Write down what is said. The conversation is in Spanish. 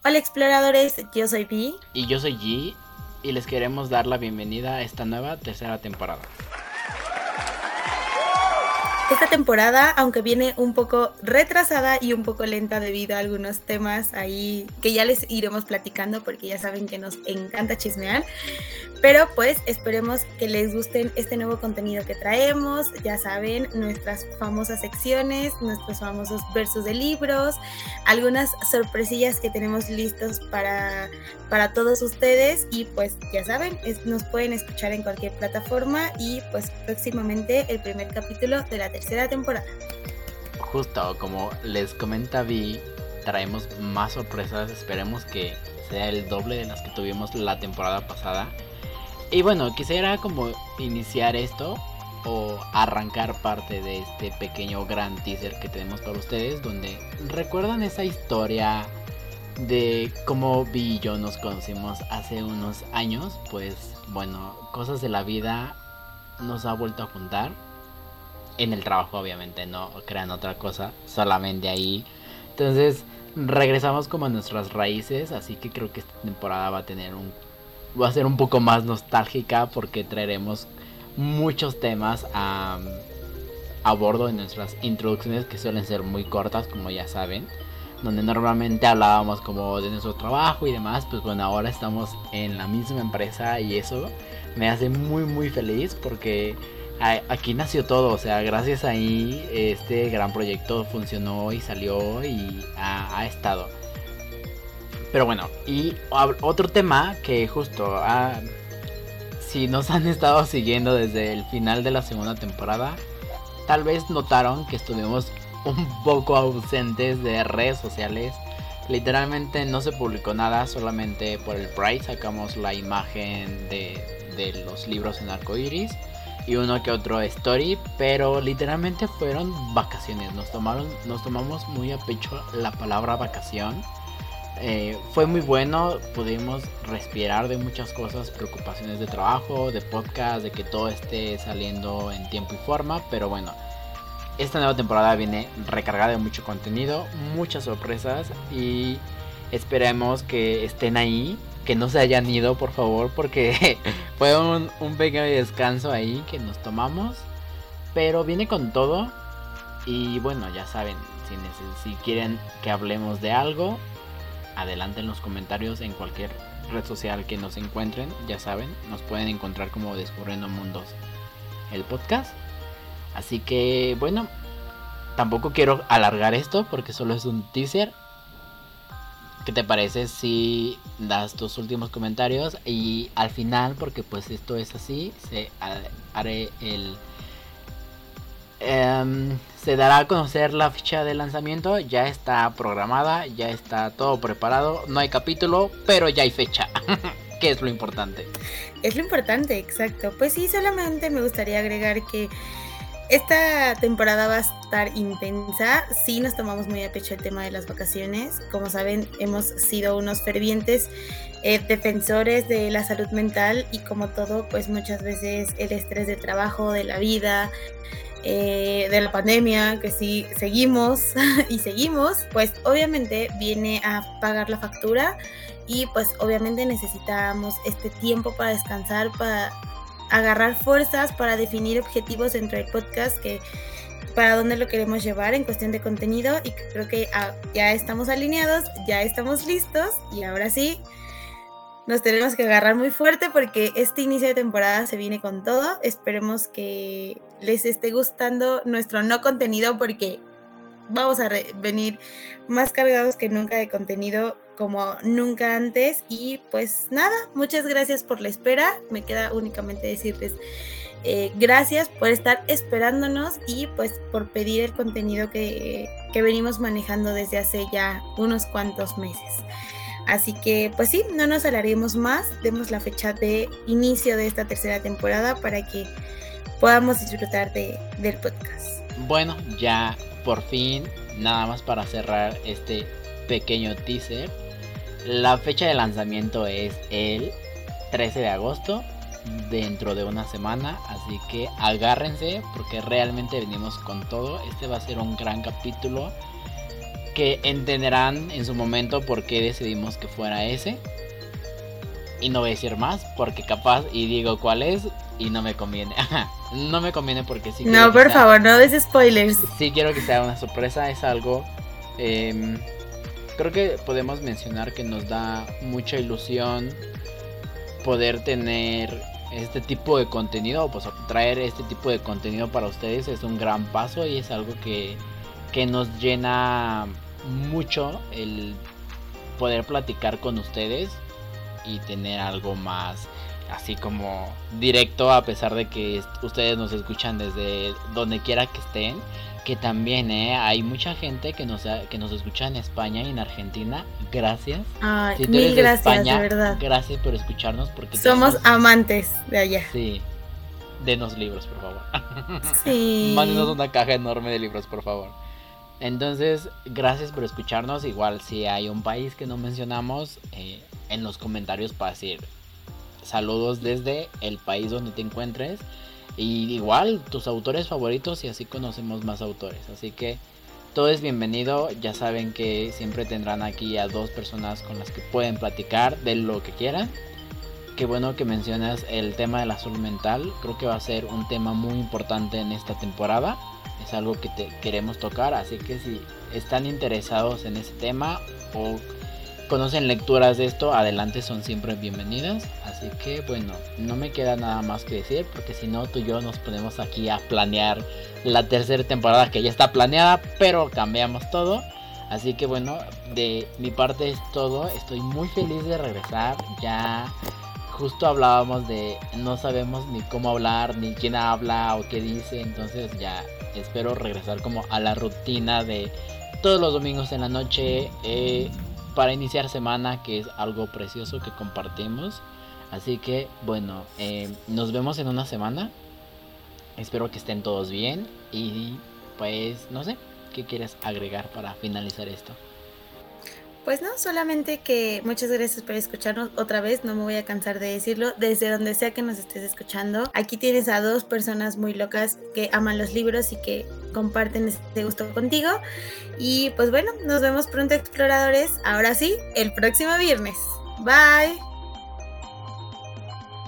Hola exploradores, yo soy Vi. Y yo soy G y les queremos dar la bienvenida a esta nueva tercera temporada. Esta temporada, aunque viene un poco retrasada y un poco lenta debido a algunos temas ahí que ya les iremos platicando porque ya saben que nos encanta chismear, pero pues esperemos que les gusten este nuevo contenido que traemos. Ya saben, nuestras famosas secciones, nuestros famosos versos de libros, algunas sorpresillas que tenemos listos para todos ustedes y pues ya saben, nos pueden escuchar en cualquier plataforma y pues próximamente el primer capítulo de la tercera temporada. Justo como les comenta Vi, traemos más sorpresas, esperemos que sea el doble de las que tuvimos la temporada pasada. Y bueno, quisiera como iniciar esto o arrancar parte de este pequeño gran teaser que tenemos para ustedes, donde recuerdan esa historia de cómo Vi y yo nos conocimos hace unos años. Pues bueno, cosas de la vida nos ha vuelto a juntar. En el trabajo obviamente, no crean otra cosa, solamente ahí. Entonces regresamos como a nuestras raíces, así que creo que esta temporada va a ser un poco más nostálgica porque traeremos muchos temas a bordo en nuestras introducciones, que suelen ser muy cortas, como ya saben, donde normalmente hablábamos como de nuestro trabajo y demás. Pues bueno, ahora estamos en la misma empresa y eso me hace muy feliz porque aquí nació todo. O sea, gracias a ahí este gran proyecto funcionó y salió y ha estado. Pero bueno, y otro tema que justo si nos han estado siguiendo desde el final de la segunda temporada, tal vez notaron que estuvimos un poco ausentes de redes sociales. Literalmente no se publicó nada, solamente por el Pride sacamos la imagen de los libros en arcoiris y uno que otro story, pero literalmente fueron vacaciones. Nos tomamos muy a pecho la palabra vacación. Fue muy bueno, pudimos respirar de muchas cosas, preocupaciones de trabajo, de podcast, de que todo esté saliendo en tiempo y forma. Pero bueno, esta nueva temporada viene recargada de mucho contenido, muchas sorpresas y esperemos que estén ahí, que no se hayan ido por favor, porque fue un pequeño descanso ahí que nos tomamos, pero viene con todo. Y bueno, ya saben, si quieren que hablemos de algo, adelante en los comentarios en cualquier red social que nos encuentren. Ya saben, nos pueden encontrar como Descubriendo Mundos, el podcast. Así que bueno, tampoco quiero alargar esto porque solo es un teaser. ¿Qué te parece si das tus últimos comentarios? Y al final, porque pues esto es así, haré el... se dará a conocer la fecha de lanzamiento. Ya está programada, ya está todo preparado. No hay capítulo, pero ya hay fecha. ¿Qué es lo importante? Es lo importante, exacto. Pues sí, solamente me gustaría agregar que esta temporada va a estar intensa. Sí, nos tomamos muy a pecho el tema de las vacaciones. Como saben, hemos sido unos fervientes defensores de la salud mental y como todo, pues muchas veces el estrés de trabajo, de la vida, de la pandemia, que sí seguimos y seguimos, pues obviamente viene a pagar la factura y pues obviamente necesitamos este tiempo para descansar, para agarrar fuerzas, para definir objetivos dentro del podcast, que para dónde lo queremos llevar en cuestión de contenido, y creo que ya estamos alineados, ya estamos listos y ahora sí nos tenemos que agarrar muy fuerte porque este inicio de temporada se viene con todo. Esperemos que les esté gustando nuestro no contenido porque vamos a venir más cargados que nunca de contenido, como nunca antes. Y pues nada, muchas gracias por la espera. Me queda únicamente decirles gracias por estar esperándonos y pues por pedir el contenido que venimos manejando desde hace ya unos cuantos meses. Así que pues sí, no nos alarguemos más, demos la fecha de inicio de esta tercera temporada para que podamos disfrutar del podcast. Bueno, ya por fin, nada más para cerrar este pequeño teaser. La fecha de lanzamiento es el 13 de agosto, dentro de una semana, así que agárrense porque realmente venimos con todo. Este va a ser un gran capítulo. que entenderán en su momento por qué decidimos que fuera ese. Y no voy a decir más porque capaz y digo cuál es y no me conviene. No me conviene porque sí quiero No, por favor, no des spoilers. Sí quiero que sea una sorpresa. Es algo... creo que podemos mencionar que nos da mucha ilusión poder tener este tipo de contenido, pues traer este tipo de contenido para ustedes. Es un gran paso y es algo que nos llena mucho el poder platicar con ustedes y tener algo más así como directo, a pesar de que ustedes nos escuchan desde donde quiera que estén, que también hay mucha gente que nos escucha en España y en Argentina. Gracias. Ay, Si tú mil eres de gracias, España, de verdad. gracias por escucharnos porque somos amantes de allá. Sí. Denos libros, por favor. Sí. Mándenos una caja enorme de libros, por favor. Entonces, gracias por escucharnos. Igual si hay un país que no mencionamos, en los comentarios para decir saludos desde el país donde te encuentres. Y igual tus autores favoritos y así conocemos más autores. Así que todo es bienvenido. Ya saben que siempre tendrán aquí a 2 personas con las que pueden platicar de lo que quieran. Qué bueno que mencionas el tema de la salud mental. Creo que va a ser un tema muy importante en esta temporada. Es algo que queremos tocar, así que si están interesados en ese tema o conocen lecturas de esto, adelante, son siempre bienvenidas. Así que bueno, no me queda nada más que decir, porque si no, tú y yo nos ponemos aquí a planear la tercera temporada que ya está planeada, pero cambiamos todo. Así que bueno, de mi parte es todo. Estoy muy feliz de regresar. Ya justo hablábamos de no sabemos ni cómo hablar, ni quién habla o qué dice. Entonces ya espero regresar como a la rutina de todos los domingos en la noche, para iniciar semana, que es algo precioso que compartimos. Así que bueno, nos vemos en una semana. Espero que estén todos bien. Y pues no sé, ¿qué quieres agregar para finalizar esto? Pues no, solamente que muchas gracias por escucharnos otra vez, no me voy a cansar de decirlo, desde donde sea que nos estés escuchando. Aquí tienes a 2 personas muy locas que aman los libros y que comparten este gusto contigo. Y pues bueno, nos vemos pronto, exploradores. Ahora sí, el próximo viernes. Bye.